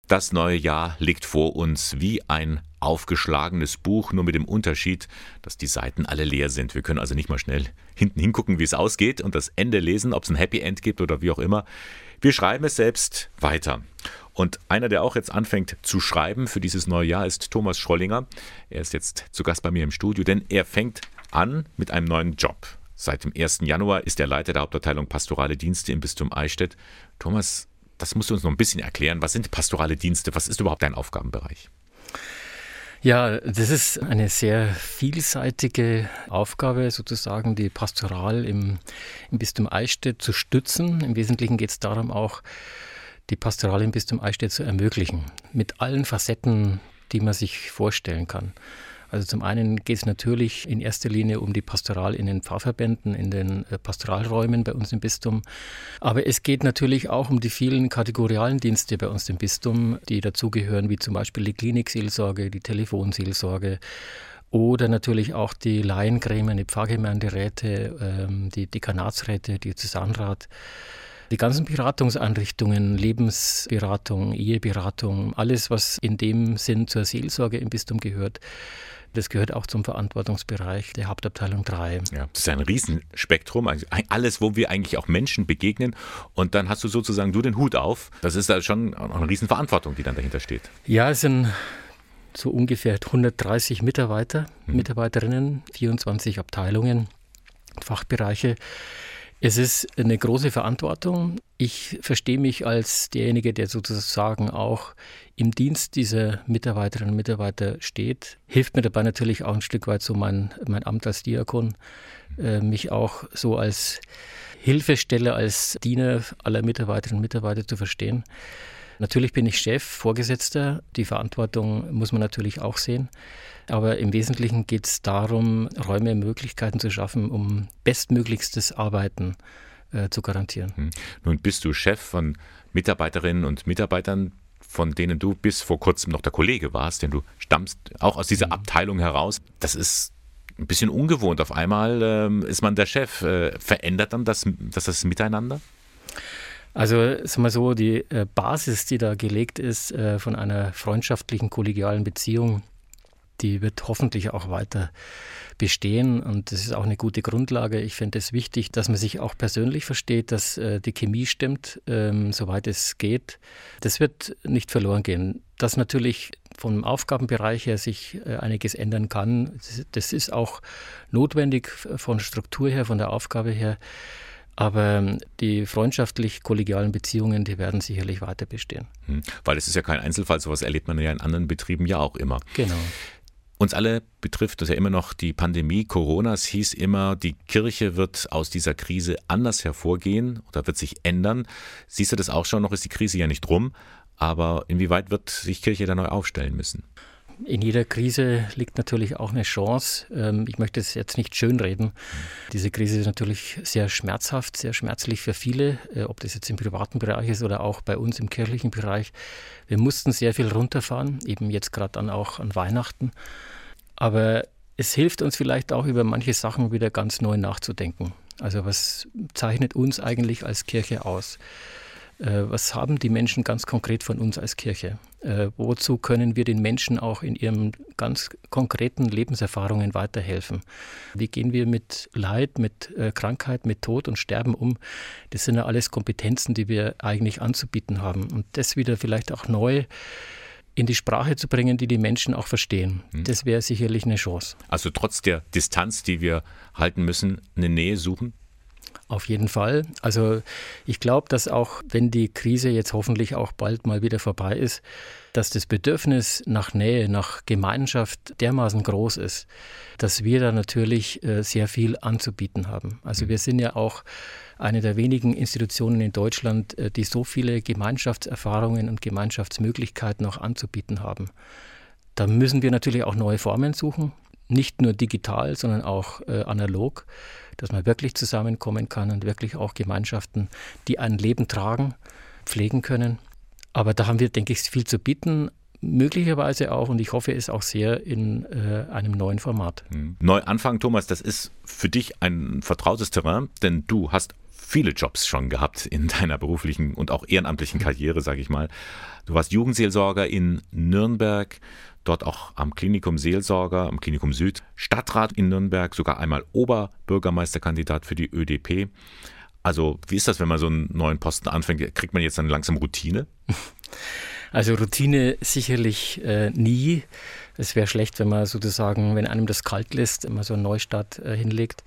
Das neue Jahr liegt vor uns wie ein aufgeschlagenes Buch, nur mit dem Unterschied, dass die Seiten alle leer sind. Wir können also nicht mal schnell hinten hingucken, wie es ausgeht und das Ende lesen, ob es ein Happy End gibt oder wie auch immer. Wir schreiben es selbst weiter. Und einer, der auch jetzt anfängt zu schreiben für dieses neue Jahr, ist Thomas Schrollinger. Er ist jetzt zu Gast bei mir im Studio, denn er fängt an mit einem neuen Job. Seit dem 1. Januar ist er Leiter der Hauptabteilung Pastorale Dienste im Bistum Eichstätt. Thomas, das musst du uns noch ein bisschen erklären. Was sind pastorale Dienste? Was ist überhaupt dein Aufgabenbereich? Ja, das ist eine sehr vielseitige Aufgabe, sozusagen die Pastoral im Bistum Eichstätt zu stützen. Im Wesentlichen geht es darum, auch die Pastoral im Bistum Eichstätt zu ermöglichen, mit allen Facetten, die man sich vorstellen kann. Also zum einen geht es natürlich in erster Linie um die Pastoral in den Pfarrverbänden, in den Pastoralräumen bei uns im Bistum. Aber es geht natürlich auch um die vielen kategorialen Dienste bei uns im Bistum, die dazugehören, wie zum Beispiel die Klinikseelsorge, die Telefonseelsorge oder natürlich auch die Laiengremien, die Pfarrgemeinderäte, die Dekanatsräte, die Diözesanrat. Die ganzen Beratungseinrichtungen, Lebensberatung, Eheberatung, alles, was in dem Sinn zur Seelsorge im Bistum gehört, das gehört auch zum Verantwortungsbereich der Hauptabteilung 3. Ja, das ist ein Riesenspektrum, also alles, wo wir eigentlich auch Menschen begegnen. Und dann hast du sozusagen den Hut auf. Das ist da schon eine Riesenverantwortung, die dann dahinter steht. Ja, es sind so ungefähr 130 Mitarbeiter, Mitarbeiterinnen, 24 Abteilungen, Fachbereiche. Es ist eine große Verantwortung. Ich verstehe mich als derjenige, der sozusagen auch im Dienst dieser Mitarbeiterinnen und Mitarbeiter steht. Hilft mir dabei natürlich auch ein Stück weit so mein Amt als Diakon, mich auch so als Hilfesteller, als Diener aller Mitarbeiterinnen und Mitarbeiter zu verstehen. Natürlich bin ich Chef, Vorgesetzter. Die Verantwortung muss man natürlich auch sehen. Aber im Wesentlichen geht es darum, Räume und Möglichkeiten zu schaffen, um bestmöglichstes Arbeiten zu garantieren. Nun bist du Chef von Mitarbeiterinnen und Mitarbeitern, von denen du bis vor kurzem noch der Kollege warst, denn du stammst auch aus dieser Abteilung heraus. Das ist ein bisschen ungewohnt. Auf einmal ist man der Chef. Verändert dann das Miteinander? Also sagen wir so, die Basis, die da gelegt ist von einer freundschaftlichen, kollegialen Beziehung, die wird hoffentlich auch weiter bestehen und das ist auch eine gute Grundlage. Ich finde es wichtig, dass man sich auch persönlich versteht, dass die Chemie stimmt, soweit es geht. Das wird nicht verloren gehen. Dass natürlich vom Aufgabenbereich her sich einiges ändern kann, das ist auch notwendig von Struktur her, von der Aufgabe her. Aber die freundschaftlich-kollegialen Beziehungen, die werden sicherlich weiter bestehen. Weil es ist ja kein Einzelfall, sowas erlebt man ja in anderen Betrieben ja auch immer. Genau. Uns alle betrifft das ja immer noch die Pandemie. Corona, es hieß immer, die Kirche wird aus dieser Krise anders hervorgehen oder wird sich ändern. Siehst du das auch schon? Noch ist die Krise ja nicht rum. Aber inwieweit wird sich Kirche da neu aufstellen müssen? In jeder Krise liegt natürlich auch eine Chance. Ich möchte es jetzt nicht schönreden. Diese Krise ist natürlich sehr schmerzhaft, sehr schmerzlich für viele, ob das jetzt im privaten Bereich ist oder auch bei uns im kirchlichen Bereich. Wir mussten sehr viel runterfahren, eben jetzt gerade dann auch an Weihnachten. Aber es hilft uns vielleicht auch, über manche Sachen wieder ganz neu nachzudenken. Also was zeichnet uns eigentlich als Kirche aus? Was haben die Menschen ganz konkret von uns als Kirche? Wozu können wir den Menschen auch in ihren ganz konkreten Lebenserfahrungen weiterhelfen? Wie gehen wir mit Leid, mit Krankheit, mit Tod und Sterben um? Das sind ja alles Kompetenzen, die wir eigentlich anzubieten haben. Und das wieder vielleicht auch neu in die Sprache zu bringen, die die Menschen auch verstehen. Das wäre sicherlich eine Chance. Also trotz der Distanz, die wir halten müssen, eine Nähe suchen? Auf jeden Fall. Also ich glaube, dass auch wenn die Krise jetzt hoffentlich auch bald mal wieder vorbei ist, dass das Bedürfnis nach Nähe, nach Gemeinschaft dermaßen groß ist, dass wir da natürlich sehr viel anzubieten haben. Also wir sind ja auch eine der wenigen Institutionen in Deutschland, die so viele Gemeinschaftserfahrungen und Gemeinschaftsmöglichkeiten auch anzubieten haben. Da müssen wir natürlich auch neue Formen suchen, nicht nur digital, sondern auch analog, dass man wirklich zusammenkommen kann und wirklich auch Gemeinschaften, die ein Leben tragen, pflegen können. Aber da haben wir, denke ich, viel zu bieten, möglicherweise auch, und ich hoffe es auch sehr, in einem neuen Format. Neuanfang, Thomas, das ist für dich ein vertrautes Terrain, denn du hast viele Jobs schon gehabt in deiner beruflichen und auch ehrenamtlichen Karriere, sage ich mal. Du warst Jugendseelsorger in Nürnberg, dort auch am Klinikum Seelsorger, am Klinikum Süd, Stadtrat in Nürnberg, sogar einmal Oberbürgermeisterkandidat für die ÖDP. Also wie ist das, wenn man so einen neuen Posten anfängt? Kriegt man jetzt dann langsam Routine? Also Routine sicherlich nie. Es wäre schlecht, wenn man sozusagen, wenn einem das kalt lässt, wenn man so einen Neustart hinlegt.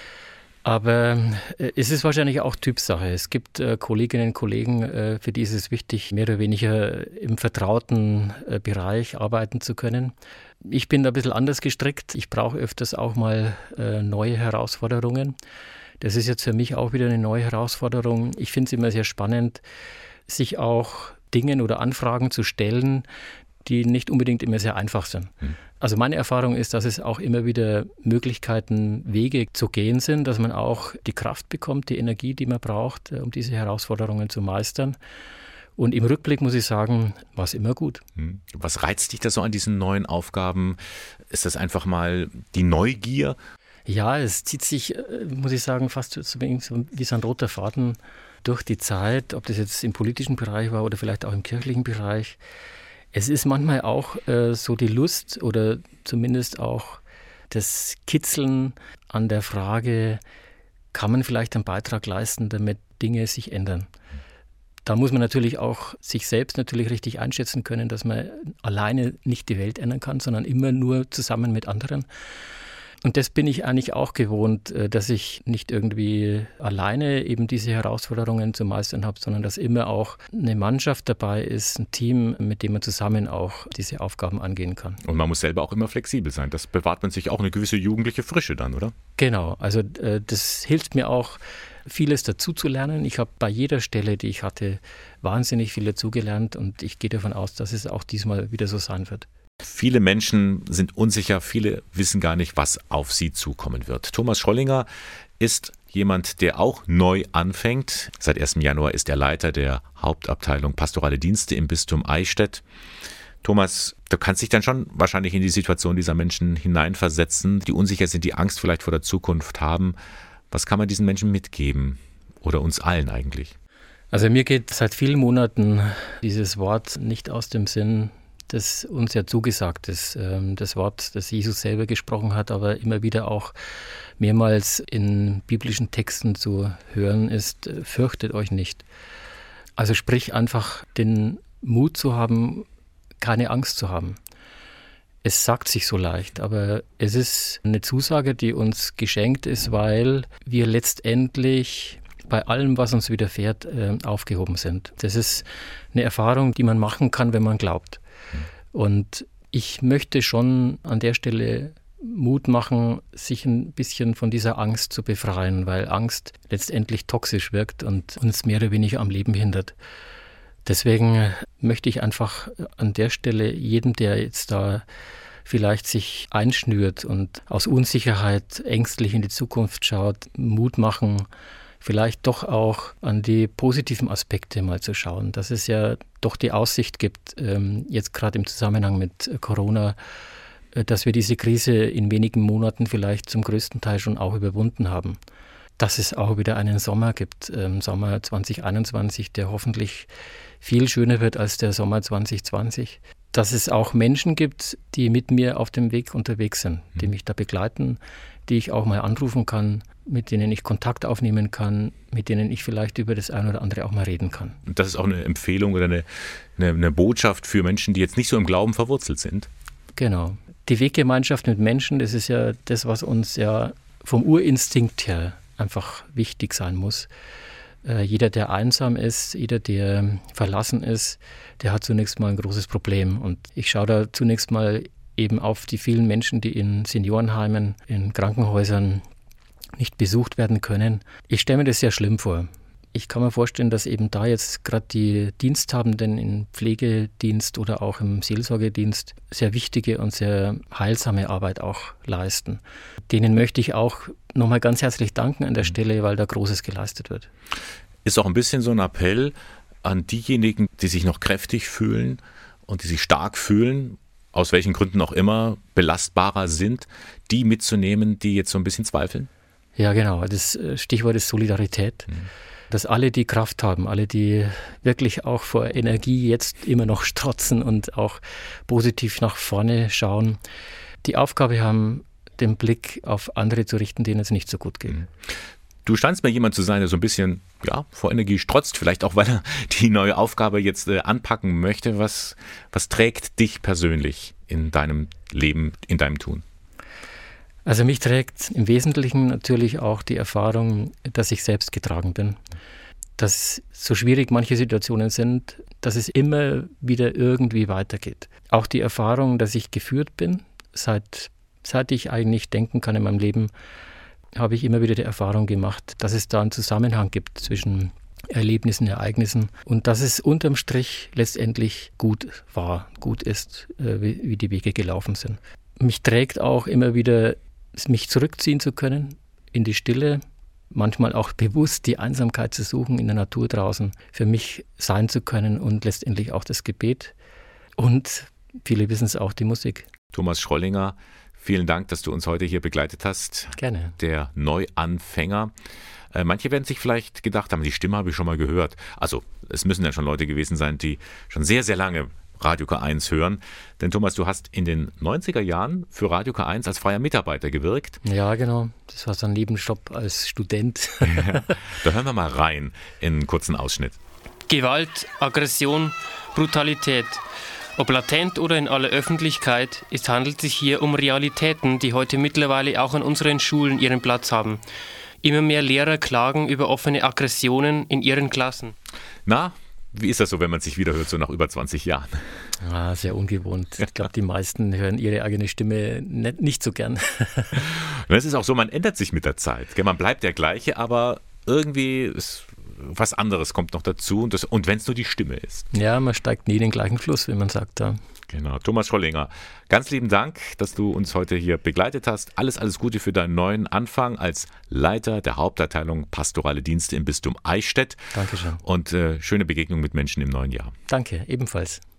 Aber es ist wahrscheinlich auch Typsache. Es gibt Kolleginnen und Kollegen, für die ist es wichtig, mehr oder weniger im vertrauten Bereich arbeiten zu können. Ich bin da ein bisschen anders gestrickt. Ich brauche öfters auch mal neue Herausforderungen. Das ist jetzt für mich auch wieder eine neue Herausforderung. Ich finde es immer sehr spannend, sich auch Dingen oder Anfragen zu stellen, die nicht unbedingt immer sehr einfach sind. Also meine Erfahrung ist, dass es auch immer wieder Möglichkeiten, Wege zu gehen sind, dass man auch die Kraft bekommt, die Energie, die man braucht, um diese Herausforderungen zu meistern. Und im Rückblick muss ich sagen, war es immer gut. Was reizt dich da so an diesen neuen Aufgaben? Ist das einfach mal die Neugier? Ja, es zieht sich, muss ich sagen, fast so wie so ein roter Faden durch die Zeit, ob das jetzt im politischen Bereich war oder vielleicht auch im kirchlichen Bereich. Es ist manchmal auch so die Lust oder zumindest auch das Kitzeln an der Frage, kann man vielleicht einen Beitrag leisten, damit Dinge sich ändern. Da muss man natürlich auch sich selbst natürlich richtig einschätzen können, dass man alleine nicht die Welt ändern kann, sondern immer nur zusammen mit anderen. Und das bin ich eigentlich auch gewohnt, dass ich nicht irgendwie alleine eben diese Herausforderungen zu meistern habe, sondern dass immer auch eine Mannschaft dabei ist, ein Team, mit dem man zusammen auch diese Aufgaben angehen kann. Und man muss selber auch immer flexibel sein. Das bewahrt man sich auch eine gewisse jugendliche Frische dann, oder? Genau, also das hilft mir auch, vieles dazu zu lernen. Ich habe bei jeder Stelle, die ich hatte, wahnsinnig viel dazugelernt und ich gehe davon aus, dass es auch diesmal wieder so sein wird. Viele Menschen sind unsicher, viele wissen gar nicht, was auf sie zukommen wird. Thomas Schrollinger ist jemand, der auch neu anfängt. Seit 1. Januar ist er Leiter der Hauptabteilung Pastorale Dienste im Bistum Eichstätt. Thomas, du kannst dich dann schon wahrscheinlich in die Situation dieser Menschen hineinversetzen, die unsicher sind, die Angst vielleicht vor der Zukunft haben. Was kann man diesen Menschen mitgeben oder uns allen eigentlich? Also mir geht seit vielen Monaten dieses Wort nicht aus dem Sinn, das uns ja zugesagt ist. Das Wort, das Jesus selber gesprochen hat, aber immer wieder auch mehrmals in biblischen Texten zu hören ist, fürchtet euch nicht. Also sprich einfach den Mut zu haben, keine Angst zu haben. Es sagt sich so leicht, aber es ist eine Zusage, die uns geschenkt ist, weil wir letztendlich bei allem, was uns widerfährt, aufgehoben sind. Das ist eine Erfahrung, die man machen kann, wenn man glaubt. Und ich möchte schon an der Stelle Mut machen, sich ein bisschen von dieser Angst zu befreien, weil Angst letztendlich toxisch wirkt und uns mehr oder weniger am Leben hindert. Deswegen möchte ich einfach an der Stelle jedem, der jetzt da vielleicht sich einschnürt und aus Unsicherheit ängstlich in die Zukunft schaut, Mut machen, vielleicht doch auch an die positiven Aspekte mal zu schauen, dass es ja doch die Aussicht gibt, jetzt gerade im Zusammenhang mit Corona, dass wir diese Krise in wenigen Monaten vielleicht zum größten Teil schon auch überwunden haben. Dass es auch wieder einen Sommer gibt, Sommer 2021, der hoffentlich viel schöner wird als der Sommer 2020. Dass es auch Menschen gibt, die mit mir auf dem Weg unterwegs sind, die mich da begleiten, die ich auch mal anrufen kann, mit denen ich Kontakt aufnehmen kann, mit denen ich vielleicht über das eine oder andere auch mal reden kann. Und das ist auch eine Empfehlung oder eine Botschaft für Menschen, die jetzt nicht so im Glauben verwurzelt sind? Genau. Die Weggemeinschaft mit Menschen, das ist ja das, was uns ja vom Urinstinkt her einfach wichtig sein muss. Jeder, der einsam ist, jeder, der verlassen ist, der hat zunächst mal ein großes Problem. Und ich schaue da zunächst mal eben auf die vielen Menschen, die in Seniorenheimen, in Krankenhäusern nicht besucht werden können. Ich stelle mir das sehr schlimm vor. Ich kann mir vorstellen, dass eben da jetzt gerade die Diensthabenden im Pflegedienst oder auch im Seelsorgedienst sehr wichtige und sehr heilsame Arbeit auch leisten. Denen möchte ich auch nochmal ganz herzlich danken an der Stelle, weil da Großes geleistet wird. Ist auch ein bisschen so ein Appell an diejenigen, die sich noch kräftig fühlen und die sich stark fühlen, aus welchen Gründen auch immer belastbarer sind, die mitzunehmen, die jetzt so ein bisschen zweifeln? Ja, genau. Das Stichwort ist Solidarität. Dass alle, die Kraft haben, alle, die wirklich auch vor Energie jetzt immer noch strotzen und auch positiv nach vorne schauen, die Aufgabe haben, den Blick auf andere zu richten, denen es nicht so gut geht. Du scheinst mir jemand zu sein, der so ein bisschen vor Energie strotzt, vielleicht auch, weil er die neue Aufgabe jetzt anpacken möchte. Was trägt dich persönlich in deinem Leben, in deinem Tun? Also mich trägt im Wesentlichen natürlich auch die Erfahrung, dass ich selbst getragen bin. Dass so schwierig manche Situationen sind, dass es immer wieder irgendwie weitergeht. Auch die Erfahrung, dass ich geführt bin, seit ich eigentlich denken kann in meinem Leben, habe ich immer wieder die Erfahrung gemacht, dass es da einen Zusammenhang gibt zwischen Erlebnissen, Ereignissen und dass es unterm Strich letztendlich gut ist, wie die Wege gelaufen sind. Mich trägt auch immer wieder, mich zurückziehen zu können in die Stille, manchmal auch bewusst die Einsamkeit zu suchen in der Natur draußen, für mich sein zu können und letztendlich auch das Gebet und viele wissen es auch, die Musik. Thomas Schrollinger, vielen Dank, dass du uns heute hier begleitet hast. Gerne. Der Neuanfänger. Manche werden sich vielleicht gedacht haben, die Stimme habe ich schon mal gehört. Also es müssen ja schon Leute gewesen sein, die schon sehr, sehr lange Radio K1 hören. Denn Thomas, du hast in den 90er Jahren für Radio K1 als freier Mitarbeiter gewirkt. Ja, genau. Das war so ein Nebenjob als Student. Ja, da hören wir mal rein in einen kurzen Ausschnitt. Gewalt, Aggression, Brutalität. Ob latent oder in aller Öffentlichkeit, es handelt sich hier um Realitäten, die heute mittlerweile auch an unseren Schulen ihren Platz haben. Immer mehr Lehrer klagen über offene Aggressionen in ihren Klassen. Na, wie ist das so, wenn man sich wieder hört, so nach über 20 Jahren? Sehr ungewohnt. Ich glaube, die meisten hören ihre eigene Stimme nicht so gern. Und es ist auch so, man ändert sich mit der Zeit. Man bleibt der gleiche, aber irgendwie ist was anderes kommt noch dazu. Und wenn es nur die Stimme ist. Ja, man steigt nie in den gleichen Fluss, wie man sagt. Ja. Genau. Thomas Schrollinger, ganz lieben Dank, dass du uns heute hier begleitet hast. Alles Gute für deinen neuen Anfang als Leiter der Hauptabteilung Pastorale Dienste im Bistum Eichstätt. Dankeschön. Und schöne Begegnung mit Menschen im neuen Jahr. Danke, ebenfalls.